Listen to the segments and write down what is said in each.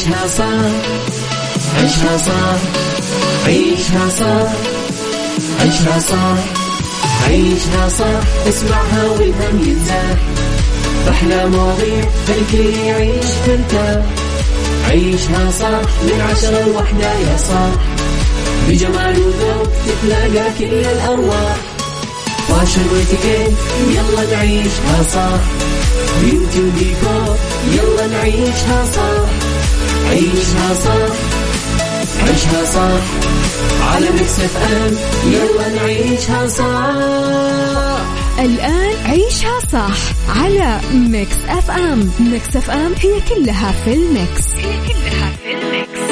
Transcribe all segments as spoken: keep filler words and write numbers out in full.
عيشها صح عيشها صح عيشها صح عيشها صح عيشها صح اسمعها والهم ينزاح أحلى مواضيع خليك يعيش ترتاح عيشها صح من عشرة لوحدة يا صاح بجمال وذوق تتلاقى كل الأرواح فاشل واتيكيت يلا نعيشها صح بيوتي وديكور يلا نعيشها صح عيشها صح عيشها صح على ميكس اف ام يلا نعيشها صح. الآن عيشها صح على ميكس اف ام. ميكس اف ام هي كلها في الميكس هي كلها في الميكس.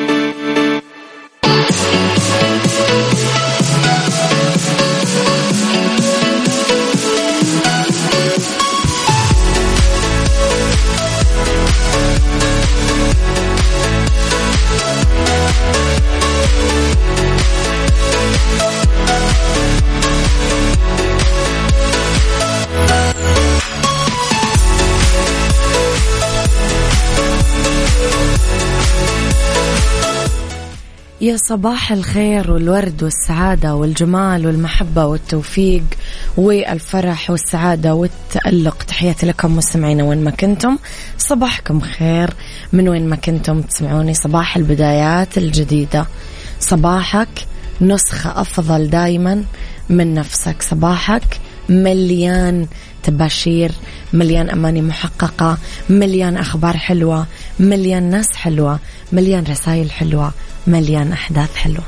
يا صباح الخير والورد والسعادة والجمال والمحبة والتوفيق والفرح والسعادة والتألق. تحياتي لكم مستمعين وين ما كنتم، صباحكم خير من وين ما كنتم تسمعوني. صباح البدايات الجديدة، صباحك نسخة أفضل دايما من نفسك، صباحك مليان تباشير، مليان أماني محققة، مليان أخبار حلوة، مليان ناس حلوة، مليان رسائل حلوة، مليان أحداث حلوة.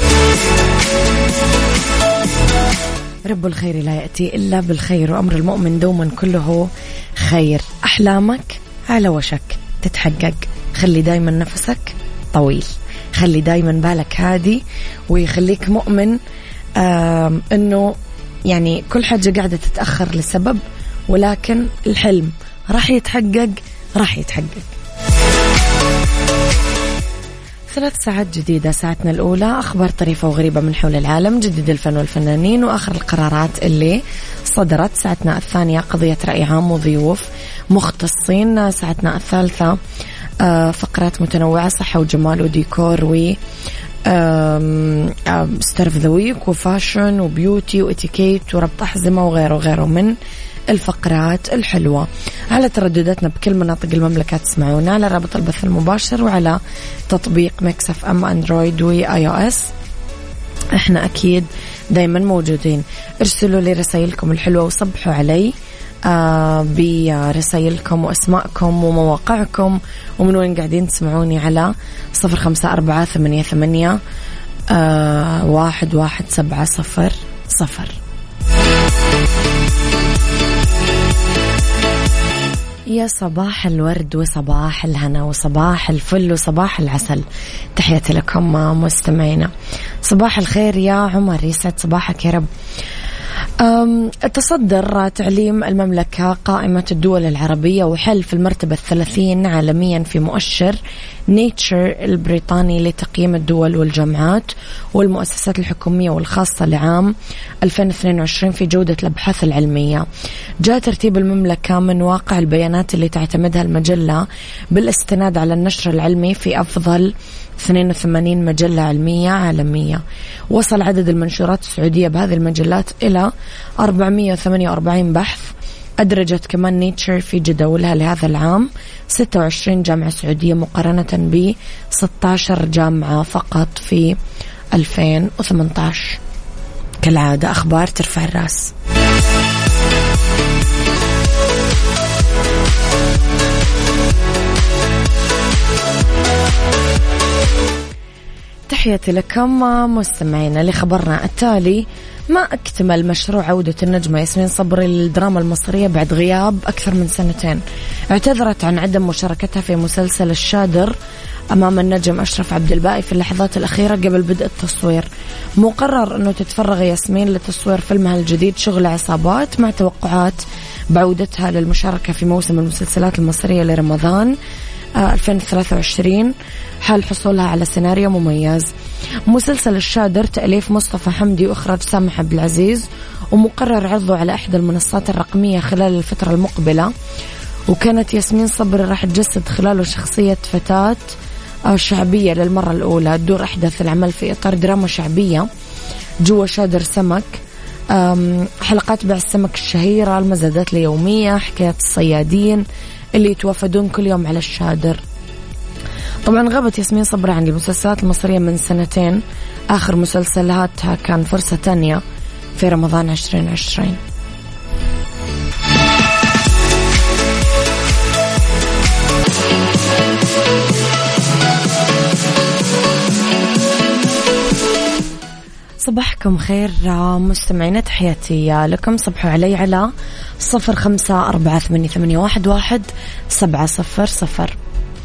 رب الخير لا يأتي إلا بالخير، وأمر المؤمن دوما كله خير. أحلامك على وشك تتحقق، خلي دايما نفسك طويل، خلي دايما بالك هادي، ويخليك مؤمن أنه يعني كل حاجة قاعدة تتأخر لسبب، ولكن الحلم راح يتحقق راح يتحقق. ثلاث ساعات جديدة، ساعتنا الأولى أخبار طريفة وغريبة من حول العالم، جديد الفن والفنانين وآخر القرارات اللي صدرت. ساعتنا الثانية قضية رأي عام وضيوف مختصين. ساعتنا الثالثة فقرات متنوعة، صحة وجمال وديكور و ستارف ذا ويك وفاشن وبيوتي واتيكيت وربط أحزمة وغيره وغيره من الفقرات الحلوة. على تردداتنا بكل مناطق المملكة تسمعونا على رابط البث المباشر وعلى تطبيق ميكس اف ام اندرويد واي او اس. احنا اكيد دايما موجودين. ارسلوا لي رسائلكم الحلوة وصبحوا علي آه برسائلكم واسماءكم ومواقعكم ومن وين قاعدين تسمعوني على صفر خمسة أربعة ثمانية ثمانية آه واحد واحد سبعة صفر صفر. يا صباح الورد وصباح الهنا وصباح الفل وصباح العسل، تحياتي لكم مستمعينا. صباح الخير يا عمر، يسعد صباحك يا رب. تصدر تعليم المملكة قائمة الدول العربية وحل في المرتبة الثلاثين عالميا في مؤشر نيتشر البريطاني لتقييم الدول والجامعات والمؤسسات الحكومية والخاصة لعام ألفين واثنين وعشرين في جودة الأبحاث العلمية. جاء ترتيب المملكة من واقع البيانات اللي تعتمدها المجلة بالاستناد على النشر العلمي في أفضل اثنين وثمانين مجلة علمية عالمية. وصل عدد المنشورات السعودية بهذه المجلات إلى أربعمائة وثمانية وأربعين بحث. أدرجت كمان نيتشر في جدولها لهذا العام ستة وعشرين جامعة سعودية مقارنة ب ستة عشر جامعة فقط في ألفين وثمانية عشر. كالعادة أخبار ترفع الرأس. تحياتي لكم مستمعينا. لخبرنا التالي، ما اكتمل مشروع عودة النجمة ياسمين صبري للدراما المصرية بعد غياب أكثر من سنتين. اعتذرت عن عدم مشاركتها في مسلسل الشادر أمام النجم أشرف عبد الباقي في اللحظات الأخيرة قبل بدء التصوير. مقرر أنه تتفرغ ياسمين لتصوير فيلمها الجديد شغل عصابات، مع توقعات بعودتها للمشاركة في موسم المسلسلات المصرية لرمضان ألفين وثلاثة وعشرين حال حصولها على سيناريو مميز. مسلسل الشادر تأليف مصطفى حمدي وإخراج سامح عبد العزيز، ومقرر عرضه على إحدى المنصات الرقمية خلال الفترة المقبلة. وكانت ياسمين صبري راح تجسد خلاله شخصية فتاة شعبية للمرة الأولى، تدور أحداث العمل في إطار دراما شعبية جوا شادر سمك، حلقات بيع السمك الشهيرة، المزادات اليومية، حكايات الصيادين اللي يتوافدون كل يوم على الشادر. طبعا غابت ياسمين صبري عن المسلسلات المصرية من سنتين، آخر مسلسلاتها كان فرصة تانية في رمضان عشرين عشرين. صباحكم خير مستمعينا، تحياتي لكم، صبحوا علي على صفر خمسة أربعة ثمانية ثمانية واحد واحد سبعة صفر صفر.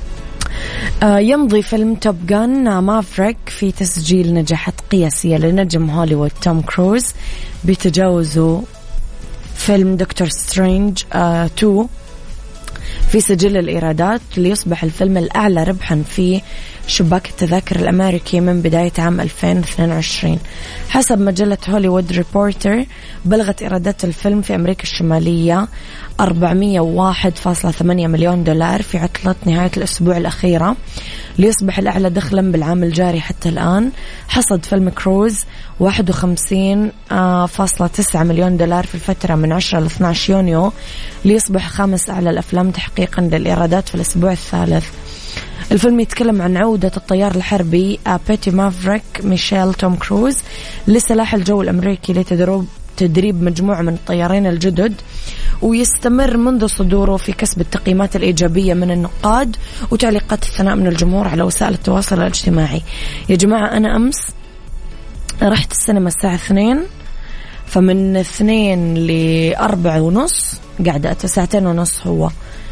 يمضي فيلم توب جان مافريك في تسجيل نجاحات قياسية لنجم هوليوود توم كروز بتجاوزه فيلم دكتور سترينج تو في سجل الإيرادات، ليصبح الفيلم الأعلى ربحا في شباك التذاكر الأمريكي من بداية عام ألفين واثنين وعشرين. حسب مجلة هوليوود ريبورتر بلغت إيرادات الفيلم في أمريكا الشمالية أربعمية وواحد فاصلة ثمانية مليون دولار في عطلة نهاية الأسبوع الأخيرة، ليصبح الأعلى دخلا بالعام الجاري حتى الآن. حصد فيلم كروز واحد وخمسين فاصلة تسعة مليون دولار في الفترة من عشرة ل اثني عشر يونيو، ليصبح خامس أعلى الأفلام تحقيقا للإيرادات في الأسبوع الثالث. الفيلم يتكلم عن عودة الطيار الحربي بيتي مافريك ميشيل توم كروز لسلاح الجو الأمريكي لتدريب تدريب مجموعة من الطيارين الجدد، ويستمر منذ صدوره في كسب التقييمات الإيجابية من النقاد وتعليقات الثناء من الجمهور على وسائل التواصل الاجتماعي. يا جماعة أنا أمس رحت السينما الساعة اثنين، فمن اثنين لأربعة ونص قاعدة ساعتين ونص. هو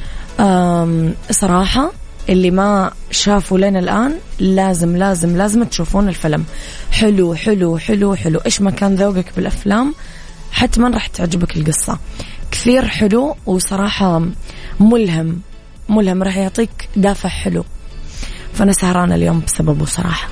صراحة اللي ما شافوا لنا الآن لازم لازم لازم تشوفون الفيلم. حلو حلو حلو حلو. إيش ما كان ذوقك بالأفلام حتما راح تعجبك القصة، كثير حلو وصراحة ملهم ملهم، راح يعطيك دافع حلو، فأنا سهرانة اليوم بسببه صراحة.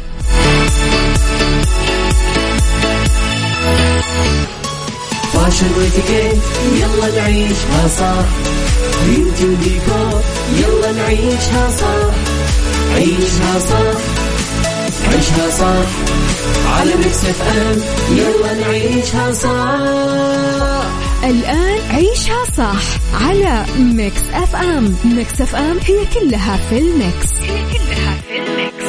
فاشل واتيكيت يلا نعيشها صح، بيوتي وديكور يلا نعيشها صح، عيشها صح عيشها صح على ميكس اف ام، يلا نعيشها صح. الآن عيشها صح على ميكس اف ام. ميكس اف ام هي كلها في الميكس، هي كلها في الميكس.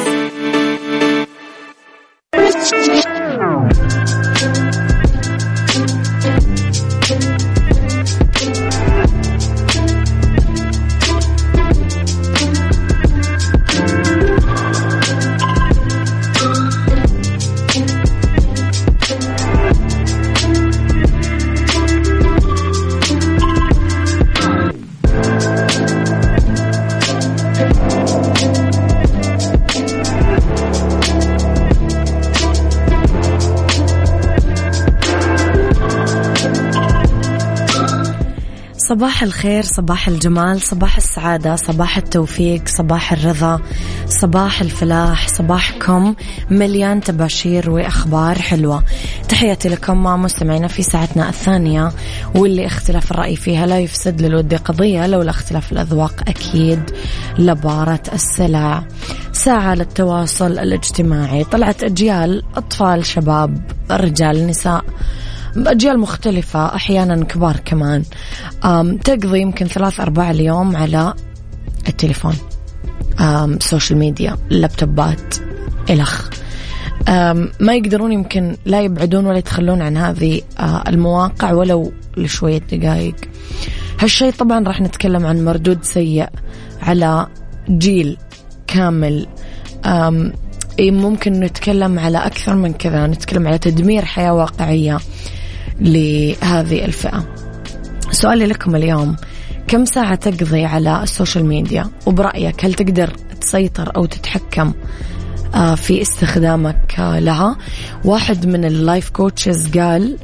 صباح الخير، صباح الجمال، صباح السعادة، صباح التوفيق، صباح الرضا، صباح الفلاح. صباحكم مليان تباشير وأخبار حلوة. تحياتي لكم مستمعينا في ساعتنا الثانية، واللي اختلاف الرأي فيها لا يفسد للود قضية، لولا اختلاف الأذواق أكيد لبارة السلع. ساعة للتواصل الاجتماعي. طلعت أجيال، أطفال، شباب، رجال، نساء، أجيال مختلفة، أحيانا كبار كمان، تقضي يمكن ثلاث أرباع اليوم على التليفون، سوشيال ميديا، اللابتوبات، إلخ. ما يقدرون يمكن لا يبعدون ولا يتخلون عن هذه المواقع ولو لشوية دقائق. هالشيء طبعا راح نتكلم عن مردود سيء على جيل كامل. ممكن نتكلم على أكثر من كذا، نتكلم على تدمير حياة واقعية لهذه الفئة. سؤالي لكم اليوم، كم ساعة تقضي على السوشيال ميديا؟ وبرأيك هل تقدر تسيطر أو تتحكم في استخدامك لها؟ واحد من اللايف كوتشز قال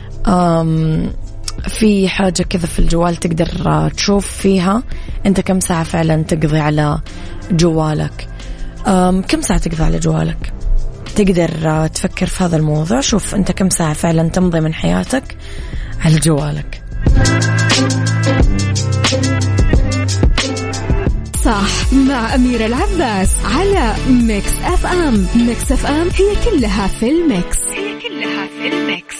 في حاجة كذا في الجوال تقدر تشوف فيها أنت كم ساعة فعلا تقضي على جوالك. كم ساعة تقضي على جوالك؟ تقدر تفكر في هذا الموضوع، شوف أنت كم ساعة فعلا تمضي من حياتك على جوالك. صح مع أميرة العباس على ميكس أف أم. ميكس أف أم هي كلها في الميكس، هي كلها في الميكس.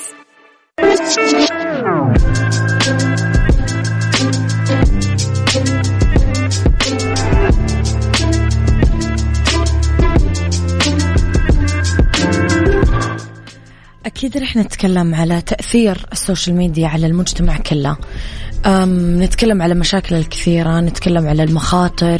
أكيد رح نتكلم على تأثير السوشيال ميديا على المجتمع كله. نتكلم على مشاكل الكثيرة، نتكلم على المخاطر،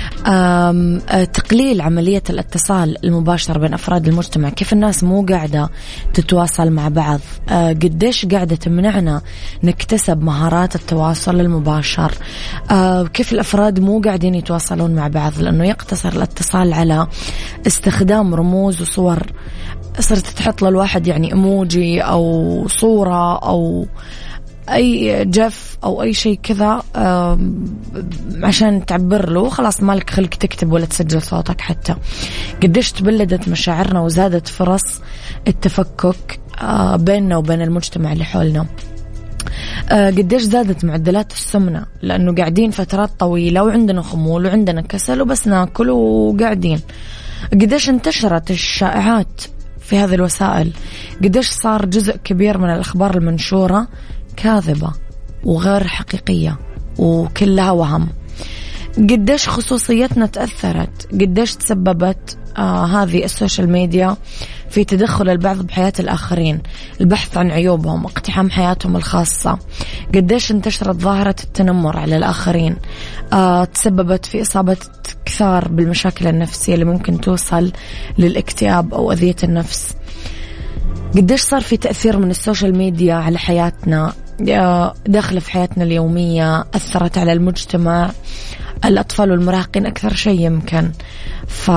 تقليل عملية الاتصال المباشر بين أفراد المجتمع، كيف الناس مو قاعدة تتواصل مع بعض، قديش قاعدة تمنعنا نكتسب مهارات التواصل المباشر، كيف الأفراد مو قاعدين يتواصلون مع بعض لأنه يقتصر الاتصال على استخدام رموز وصور. صرت تحط للواحد يعني إيموجي أو صورة أو أي جف أو أي شيء كذا عشان تعبر له، خلاص مالك خلق تكتب ولا تسجل صوتك حتى. قديش تبلدت مشاعرنا وزادت فرص التفكك بيننا وبين المجتمع اللي حولنا. قديش زادت معدلات السمنة لأنه قاعدين فترات طويلة وعندنا خمول وعندنا كسل وبس ناكل وقاعدين. قديش انتشرت الشائعات في هذه الوسائل، قديش صار جزء كبير من الأخبار المنشورة كاذبة وغير حقيقية وكلها وهم. قديش خصوصيتنا تأثرت، قديش تسببت آه هذه السوشيال ميديا في تدخل البعض بحياة الآخرين، البحث عن عيوبهم، اقتحام حياتهم الخاصة. قديش انتشرت ظاهرة التنمر على الآخرين، آه تسببت في إصابة كثار بالمشاكل النفسية اللي ممكن توصل للاكتئاب أو أذية النفس. قديش صار في تأثير من السوشيال ميديا على حياتنا، داخل في حياتنا اليومية، أثرت على المجتمع، الأطفال والمراهقين أكثر شيء يمكن. ف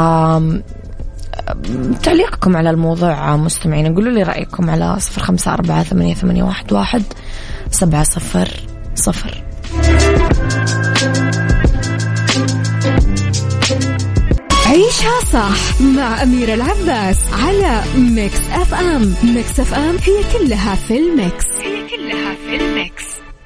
تعليقكم على الموضوع مستمعين، قولوا لي رأيكم على صفر خمسة أربعة ثمانية ثمانية واحد واحد سبعة صفر صفر. عيشها صح مع أميرة العباس على ميكس أف أم. ميكس أف أم هي كلها في الميكس، هي كلها في الميكس.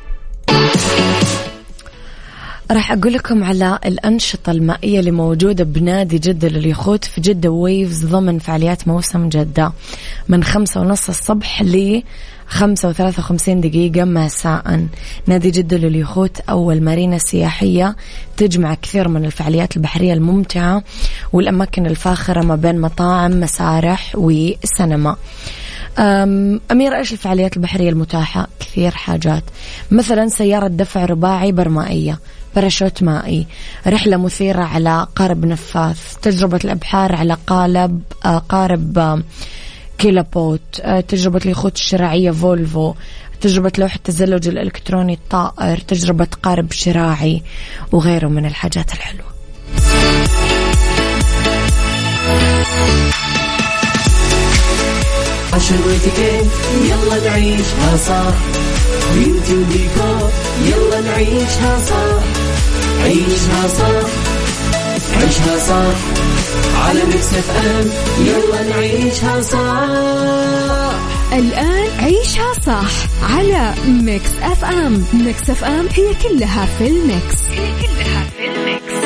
راح أقول لكم على الأنشطة المائية اللي موجودة بنادي جدة لليخوت في جدة ويفز ضمن فعاليات موسم جدة من خمسة ونص الصبح ل خمسة وثلاثة وخمسين دقيقة مساء. نادي جدة لليخوت أول مارينا سياحية تجمع كثير من الفعاليات البحرية الممتعة والأماكن الفاخرة ما بين مطاعم، مسارح وسينما. أميرة، إيش الفعاليات البحرية المتاحة؟ كثير حاجات، مثلا سيارة دفع رباعي برمائية، باراشوت مائي، رحلة مثيرة على قارب نفاث، تجربة الأبحار على قالب قارب كيلابوت، تجربة اليخوت الشراعية فولفو، تجربة لوحة التزلج الإلكتروني الطائر، تجربة قارب شراعي وغيره من الحاجات الحلوة. عشان ويتكين يلا نعيشها صح، بيوتي وديكور يلا نعيشها صح، عيشها صح عيشها صح على ميكس اف ام، يلا نعيشها صح. الآن عيشها صح على ميكس أف أم. ميكس أف أم هي كلها في الميكس، هي كلها في الميكس.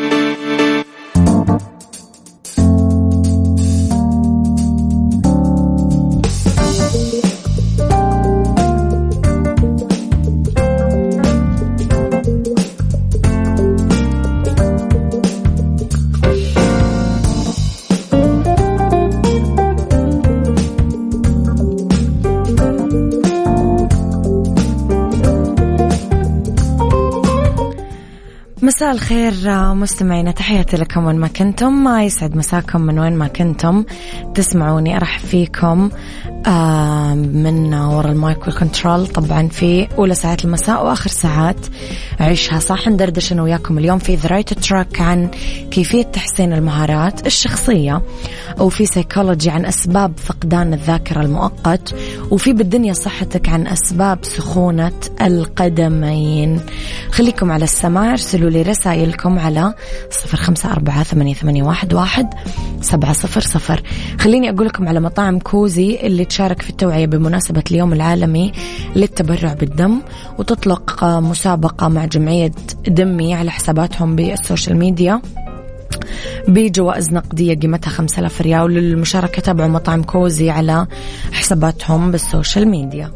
مساء الخير مستمعينا، تحياتي لكم وين ما كنتم، ما يسعد مساكم من وين ما كنتم تسمعوني. أرحب فيكم من وراء المايك والكنترول طبعا في أولى ساعات المساء وآخر ساعات عيشها صح. ندردش أنا وياكم اليوم في ذا رايت تراك عن كيفية تحسين المهارات الشخصية، أو في سيكولوجي عن أسباب فقدان الذاكرة المؤقت، وفي بالدنيا صحتك عن أسباب سخونة القدمين. خليكم على السماع، ارسلوا لي رسائلكم على صفر خمسة أربعة ثمانية ثمانية واحد واحد سبعة صفر صفر. خليني أقول لكم على مطاعم كوزي اللي تشارك في التوعية بمناسبة اليوم العالمي للتبرع بالدم، وتطلق مسابقة مع جمعية دمي على حساباتهم بالسوشيال ميديا بجوائز نقدية قيمتها خمسة آلاف ريال. للمشاركة تابعوا مطعم كوزي على حساباتهم بالسوشيال ميديا.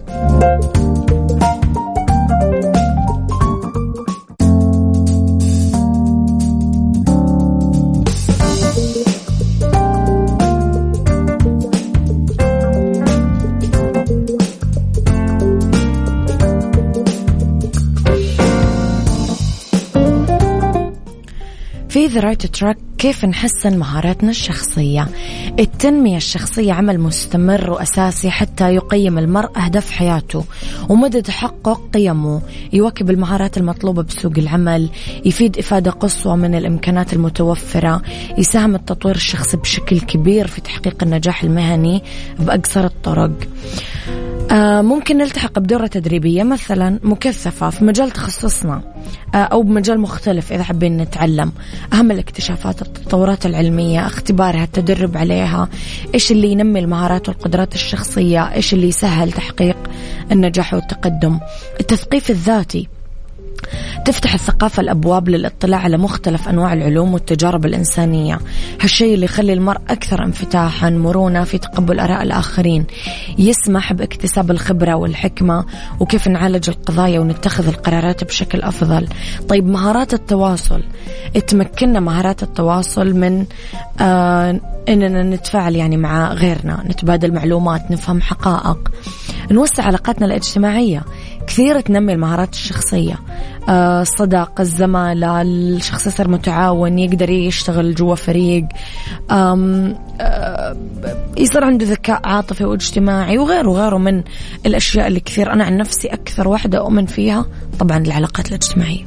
في The Right Track كيف نحسن مهاراتنا الشخصية. التنمية الشخصية عمل مستمر وأساسي حتى يقيم المرء أهداف حياته ومدى تحقق قيمه، يواكب المهارات المطلوبة بسوق العمل، يفيد إفادة قصوى من الإمكانات المتوفرة، يساهم التطوير الشخصي بشكل كبير في تحقيق النجاح المهني بأقصر الطرق. آه ممكن نلتحق بدورة تدريبية مثلا مكثفة في مجال تخصصنا آه أو بمجال مختلف إذا حابين نتعلم أهم الاكتشافات، التطورات العلمية، اختبارها، التدرب عليها، إيش اللي ينمي المهارات والقدرات الشخصية، إيش اللي يسهل تحقيق النجاح والتقدم. التثقيف الذاتي تفتح الثقافة الأبواب للاطلاع على مختلف أنواع العلوم والتجارب الإنسانية، هالشيء اللي يخلي المرء أكثر انفتاحا، مرونة في تقبل آراء الآخرين، يسمح باكتساب الخبرة والحكمة وكيف نعالج القضايا ونتخذ القرارات بشكل أفضل. طيب مهارات التواصل، تمكننا مهارات التواصل من آه إننا نتفاعل يعني مع غيرنا، نتبادل معلومات، نفهم حقائق، نوسع علاقاتنا الاجتماعية، كثير تنمي المهارات الشخصية، آه الصداقة، الزمالة، الشخص يصير متعاون، يقدر يشتغل جوا فريق، آه يصير عنده ذكاء عاطفي واجتماعي وغيره وغيره من الأشياء اللي كثير أنا عن نفسي أكثر واحدة أؤمن فيها طبعا العلاقات الاجتماعية.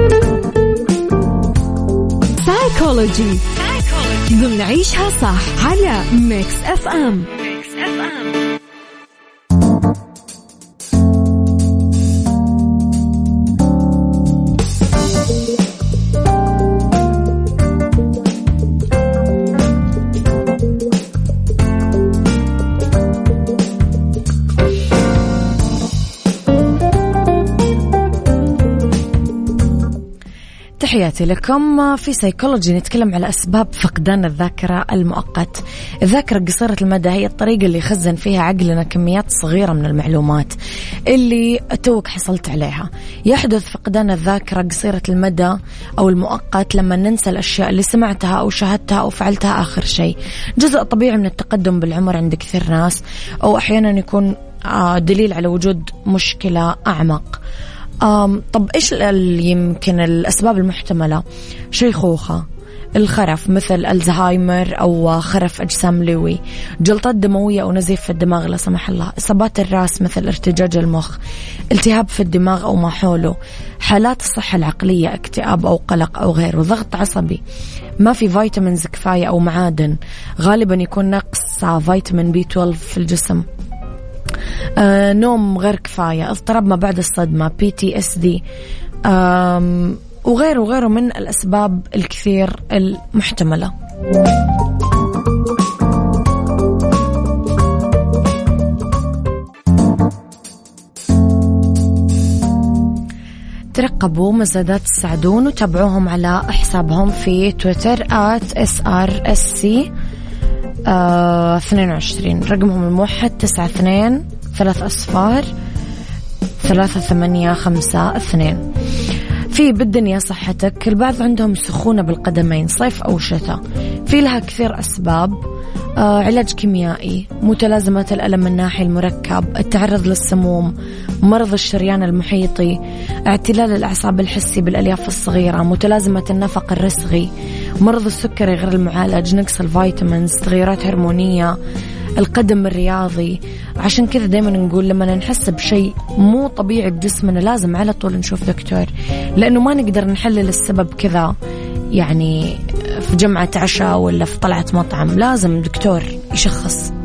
سايكولوجي ضمن عيشها صح على ميكس اف ام. تحياتي لكم. في سيكولوجي نتكلم على أسباب فقدان الذاكرة المؤقت. الذاكرة قصيرة المدى هي الطريقة اللي يخزن فيها عقلنا كميات صغيرة من المعلومات اللي توك حصلت عليها. يحدث فقدان الذاكرة قصيرة المدى أو المؤقت لما ننسى الأشياء اللي سمعتها أو شاهدتها أو فعلتها آخر شيء. جزء طبيعي من التقدم بالعمر عند كثير ناس، أو أحيانا يكون دليل على وجود مشكلة أعمق. أم طب إيش يمكن الأسباب المحتملة؟ شيخوخة، الخرف مثل الزهايمر أو خرف أجسام لوي، جلطات دموية أو نزيف في الدماغ لا سمح الله، إصابات الرأس مثل ارتجاج المخ، التهاب في الدماغ أو ما حوله، حالات الصحة العقلية، اكتئاب أو قلق أو غيره، ضغط عصبي، ما في فيتامينز كفاية أو معادن، غالبا يكون نقص فيتامين بي اثناشر في الجسم، آه، نوم غير كفاية، اضطراب ما بعد الصدمة، بي تي اس دي، وغيره وغيره من الأسباب الكثير المحتملة. ترقبوا مزادات السعدون وتابعوهم على حسابهم في تويتر آت إس آر إس سي اثنين وعشرين، رقمهم الموحد تسعة اثنين ثلاث أصفار ثلاثة ثمانية خمسة اثنين. في بالدنيا صحتك، البعض عندهم سخونة بالقدمين صيف أو شتاء، في لها كثير أسباب، آه علاج كيميائي، متلازمة الألم الناحي المركب، التعرض للسموم، مرض الشريان المحيطي، اعتلال الأعصاب الحسي بالألياف الصغيرة، متلازمة النفق الرسغي، مرض السكري غير المعالج، نقص الفيتامينز، تغيرات هرمونية، القدم الرياضي. عشان كذا دايما نقول لما نحس بشيء مو طبيعي بجسمنا لازم على طول نشوف دكتور، لأنه ما نقدر نحلل السبب كذا يعني في جمعة عشاء ولا في طلعة مطعم، لازم دكتور يشخص.